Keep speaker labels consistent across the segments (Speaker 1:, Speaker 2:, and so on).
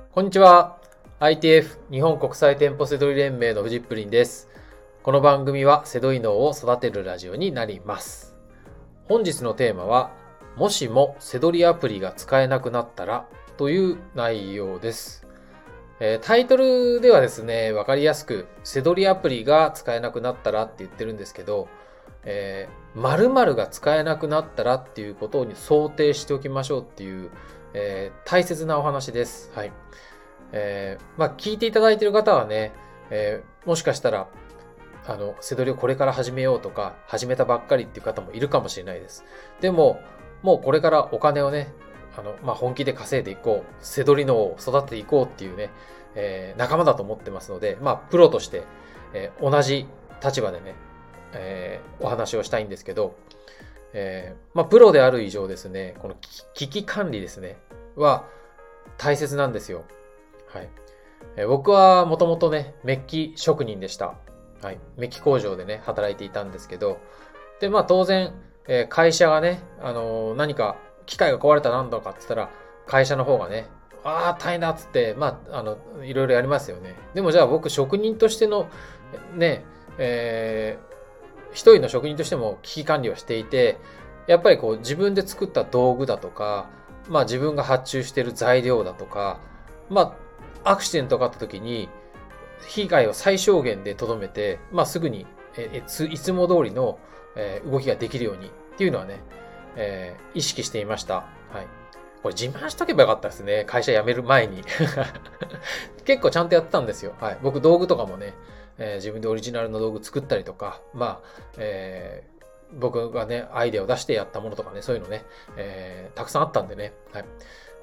Speaker 1: こんにちは。ITF 日本国際店舗セドリ連盟のフジップリンです。この番組はセドリ脳を育てるラジオになります。本日のテーマは、もしもセドリアプリが使えなくなったらという内容です。タイトルではですね、わかりやすくセドリアプリが使えなくなったらって言ってるんですけど、〇〇が使えなくなったらっていうことに想定しておきましょうっていう、大切なお話です。はい。聞いていただいている方はね、もしかしたら、セドリをこれから始めようとか、始めたばっかりっていう方もいるかもしれないです。でも、もうこれからお金をね、本気で稼いでいこう、セドリ脳を育てていこうっていうね、仲間だと思ってますので、プロとして、同じ立場でね、お話をしたいんですけど、プロである以上ですね、この危機管理ですね、は大切なんですよ。はい。僕はもともとね、メッキ職人でした。はい。メッキ工場でね、働いていたんですけど、で、当然、会社がね、何か機械が壊れたなんだかって言ったら、会社の方がね、大変だっつって、いろいろやりますよね。でもじゃあ僕、職人としての、ね、一人の職人としても危機管理をしていて、やっぱりこう自分で作った道具だとか、自分が発注している材料だとか、アクシデントがあった時に、被害を最小限で留めて、すぐに、いつも通りの、動きができるようにっていうのはね、意識していました。はい。これ自慢しとけばよかったですね。会社辞める前に。結構ちゃんとやってたんですよ。はい。僕道具とかもね、自分でオリジナルの道具作ったりとか、僕がね、アイデアを出してやったものとかね、そういうのね、たくさんあったんでね。はい。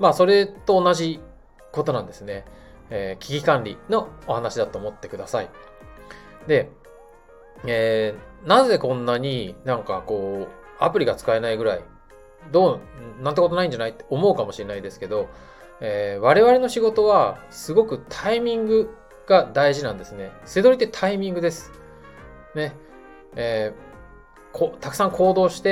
Speaker 1: それと同じことなんですね。危機管理のお話だと思ってください。で、なぜこんなになんかこう、アプリが使えないぐらい、なんてことないんじゃないって思うかもしれないですけど、我々の仕事はすごくタイミングが大事なんですね。セドリってタイミングです。ね。たくさん行動して、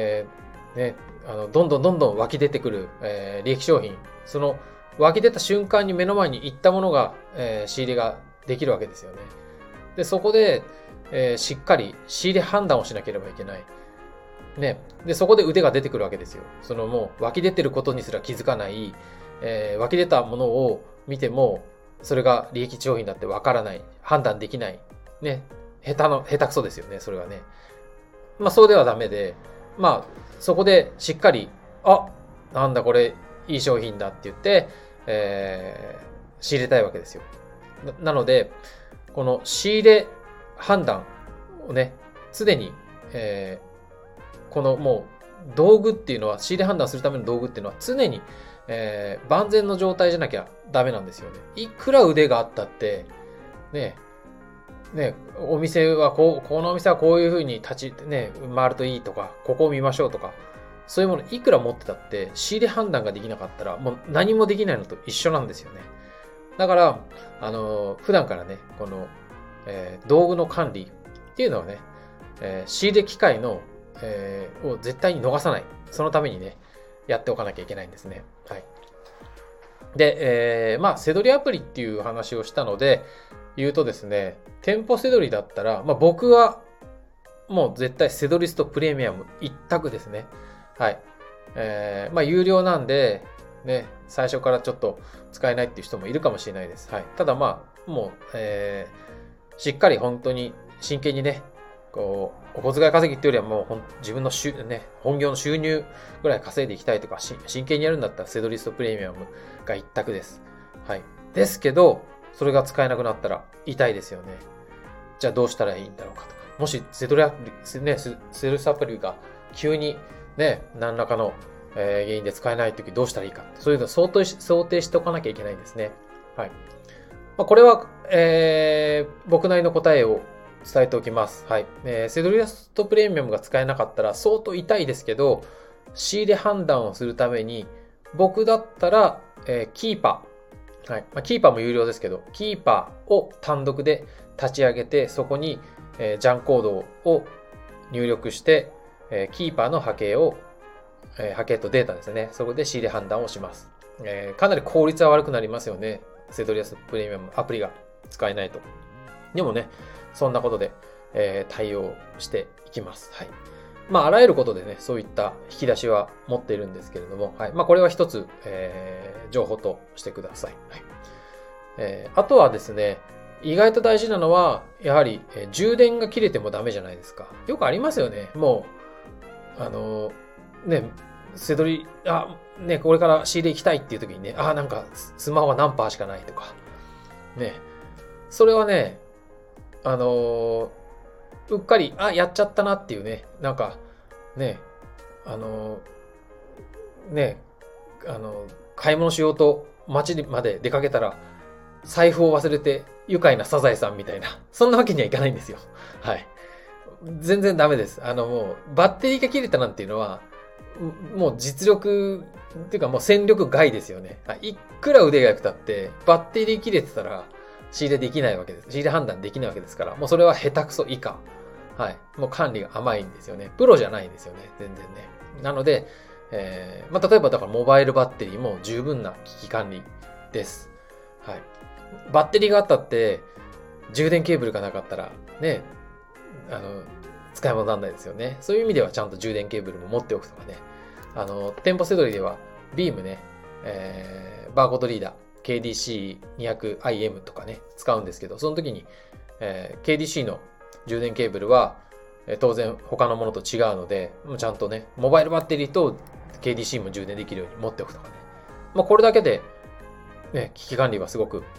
Speaker 1: どんどん湧き出てくる、利益商品。その湧き出た瞬間に目の前に行ったものが、仕入れができるわけですよね。で、そこで、しっかり仕入れ判断をしなければいけない。ね。で、そこで腕が出てくるわけですよ。そのもう湧き出てることにすら気づかない、湧き出たものを見ても、それが利益商品だってわからない。判断できない。ね。下手くそですよね、それはね。そうではダメで、そこでしっかり、なんだこれ、いい商品だって言って、仕入れたいわけですよ。なので、この仕入れ判断をね、常に、このもう道具っていうのは、仕入れ判断するための道具っていうのは常に、万全の状態じゃなきゃダメなんですよね。いくら腕があったって、ね、お店はこのお店はこういう風に回るといいとか、ここを見ましょうとか、そういうものいくら持ってたって、仕入れ判断ができなかったら、もう何もできないのと一緒なんですよね。だから、普段からね、この、道具の管理っていうのはね、仕入れ機会の、を絶対に逃さない。そのためにね、やっておかなきゃいけないんですね。はい。で、セドリアプリっていう話をしたので、言うとですね、店舗セドリだったら、僕はもう絶対セドリストプレミアム一択ですね。はい。有料なんで、ね、最初からちょっと使えないっていう人もいるかもしれないです。はい。ただもう、しっかり本当に真剣にね、こう、お小遣い稼ぎっていうよりはもう自分の本業の収入ぐらい稼いでいきたいとか、真剣にやるんだったらセドリストプレミアムが一択です。はい。ですけど、それが使えなくなったら痛いですよね。じゃあどうしたらいいんだろうかとか。もしセドリアプリが急にね、何らかの原因で使えないときどうしたらいいか。そういうのを想定しておかなきゃいけないんですね。はい。これは、僕なりの答えを伝えておきます。はい。セドリアストプレミアムが使えなかったら相当痛いですけど、仕入れ判断をするために、僕だったら、キーパー。はい。キーパーも有料ですけど、キーパーを単独で立ち上げて、そこに、ジャンコードを入力して、キーパーの波形とデータですね。そこで仕入れ判断をします。 かなり効率は悪くなりますよね。セドリアスプレミアムアプリが使えないと。でもね、そんなことで、対応していきます。はい。あらゆることでね、そういった引き出しは持っているんですけれども、はい。これは一つ、情報としてください。はい。あとはですね、意外と大事なのは、やはり、充電が切れてもダメじゃないですか。よくありますよね。もう、ね、セドリ、これから仕入れ行きたいっていう時にね、なんかスマホは何パーしかないとか。ね。それはね、うっかり、やっちゃったなっていうね、なんか、ね、買い物しようと街まで出かけたら、財布を忘れて愉快なサザエさんみたいな、そんなわけにはいかないんですよ。はい。全然ダメです。もう、バッテリーが切れたなんていうのは、もう実力、っていうかもう戦力外ですよね。いくら腕が良くたって、バッテリー切れてたら、仕入れできないわけです。仕入れ判断できないわけですから、もうそれは下手くそ以下。はい。もう管理が甘いんですよね。プロじゃないんですよね。全然ね。なので、例えばだからモバイルバッテリーも十分な機器管理です。はい。バッテリーがあったって、充電ケーブルがなかったら、ね、使い物にならないですよね。そういう意味ではちゃんと充電ケーブルも持っておくとかね。店舗セドリでは、ビームね、バーコードリーダー、KDC200IM とかね、使うんですけど、その時に、KDC の充電ケーブルは、当然他のものと違うので、ちゃんとね、モバイルバッテリーと KDC も充電できるように持っておくとかね。これだけで、ね、危機管理はすごく、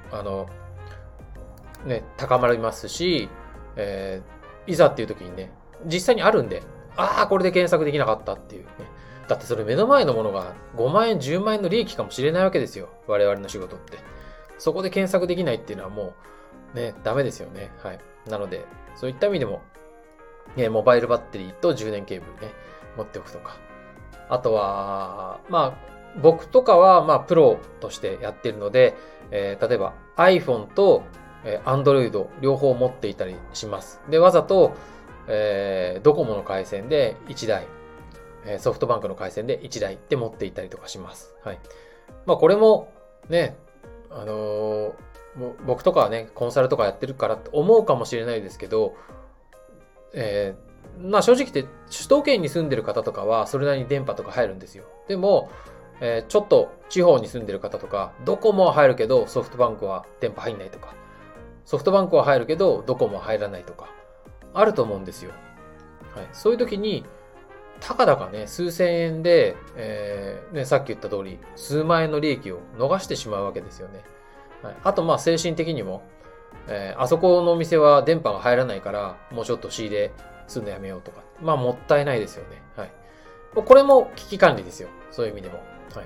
Speaker 1: 高まりますし、いざっていう時にね、実際にあるんで、これで検索できなかったっていうね。だってそれ目の前のものが5万円、10万円の利益かもしれないわけですよ。我々の仕事って。そこで検索できないっていうのはもう、ね、ダメですよね。はい。なので、そういった意味でも、モバイルバッテリーと充電ケーブルね、持っておくとか。あとは、僕とかは、プロとしてやってるので、例えば iPhone と、Android 両方持っていたりします。で、わざと、ドコモの回線で1台、ソフトバンクの回線で1台って持っていたりとかします。はい。これも、ね、僕とかはね、コンサルとかやってるからって思うかもしれないですけど、正直言って首都圏に住んでる方とかはそれなりに電波とか入るんですよ。でも、ちょっと地方に住んでる方とか、ドコモは入るけどソフトバンクは電波入んないとか、ソフトバンクは入るけどドコモは入らないとか、あると思うんですよ。はい。そういう時に、たかだかね、数千円で、さっき言った通り、数万円の利益を逃してしまうわけですよね。はい、あと、精神的にも、あそこのお店は電波が入らないから、もうちょっと仕入れするのやめようとか。もったいないですよね。はい。これも危機管理ですよ。そういう意味でも。はい。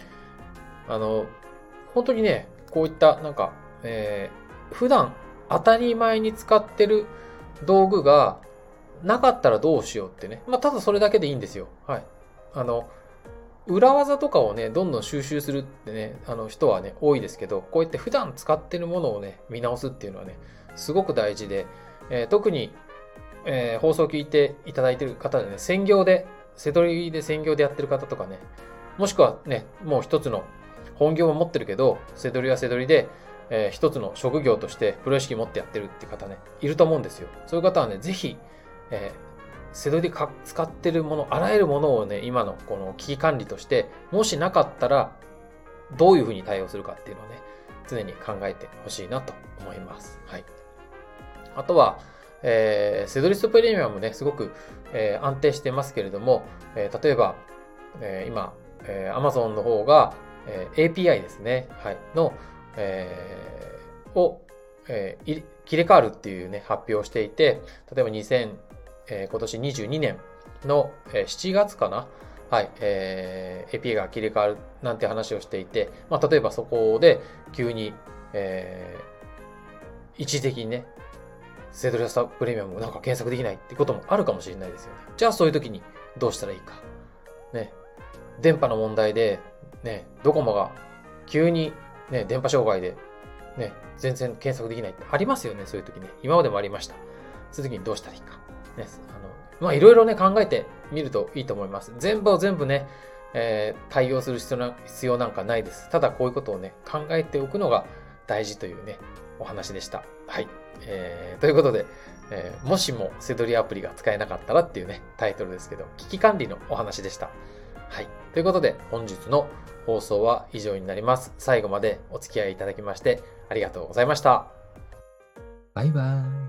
Speaker 1: 本当にね、こういった、普段当たり前に使ってる道具がなかったらどうしようってね。ただそれだけでいいんですよ。はい。裏技とかをね、どんどん収集するってね、人はね、多いですけど、こうやって普段使ってるものをね、見直すっていうのはね、すごく大事で、特に、放送を聞いていただいている方でね、専業で、セドリで専業でやってる方とかね、もしくはね、もう一つの本業も持ってるけど、セドリはセドリで、一つの職業としてプロ意識持ってやってるって方ね、いると思うんですよ。そういう方はね、ぜひ、セドリで使ってるもの、あらゆるものをね、今のこの危機管理として、もしなかったら、どういうふうに対応するかっていうのをね、常に考えてほしいなと思います。はい。あとは、セドリストプレミアムね、すごく、安定してますけれども、例えば、今、Amazon の方が、API ですね、はい、の、切り替わるっていうね、発表をしていて、例えば今年22年の7月かな、はい、API が切り替わるなんて話をしていて、例えばそこで急に、一時的にね、セドリストプレミアムなんか検索できないってこともあるかもしれないですよね。じゃあそういう時にどうしたらいいか。ね、電波の問題で、ね、ドコモが急に、ね、電波障害で、ね、全然検索できないってありますよね、そういう時ね。今までもありました。そういう時にどうしたらいいか。ね、いろいろね、考えてみるといいと思います。全部を全部ね、 対応する必要なんかないです。ただこういうことをね、考えておくのが大事というね、お話でした。はい。ということで、もしもセドリアプリが使えなかったらっていうね、タイトルですけど、危機管理のお話でした。はい。ということで、本日の放送は以上になります。最後までお付き合いいただきましてありがとうございました。
Speaker 2: バイバイ。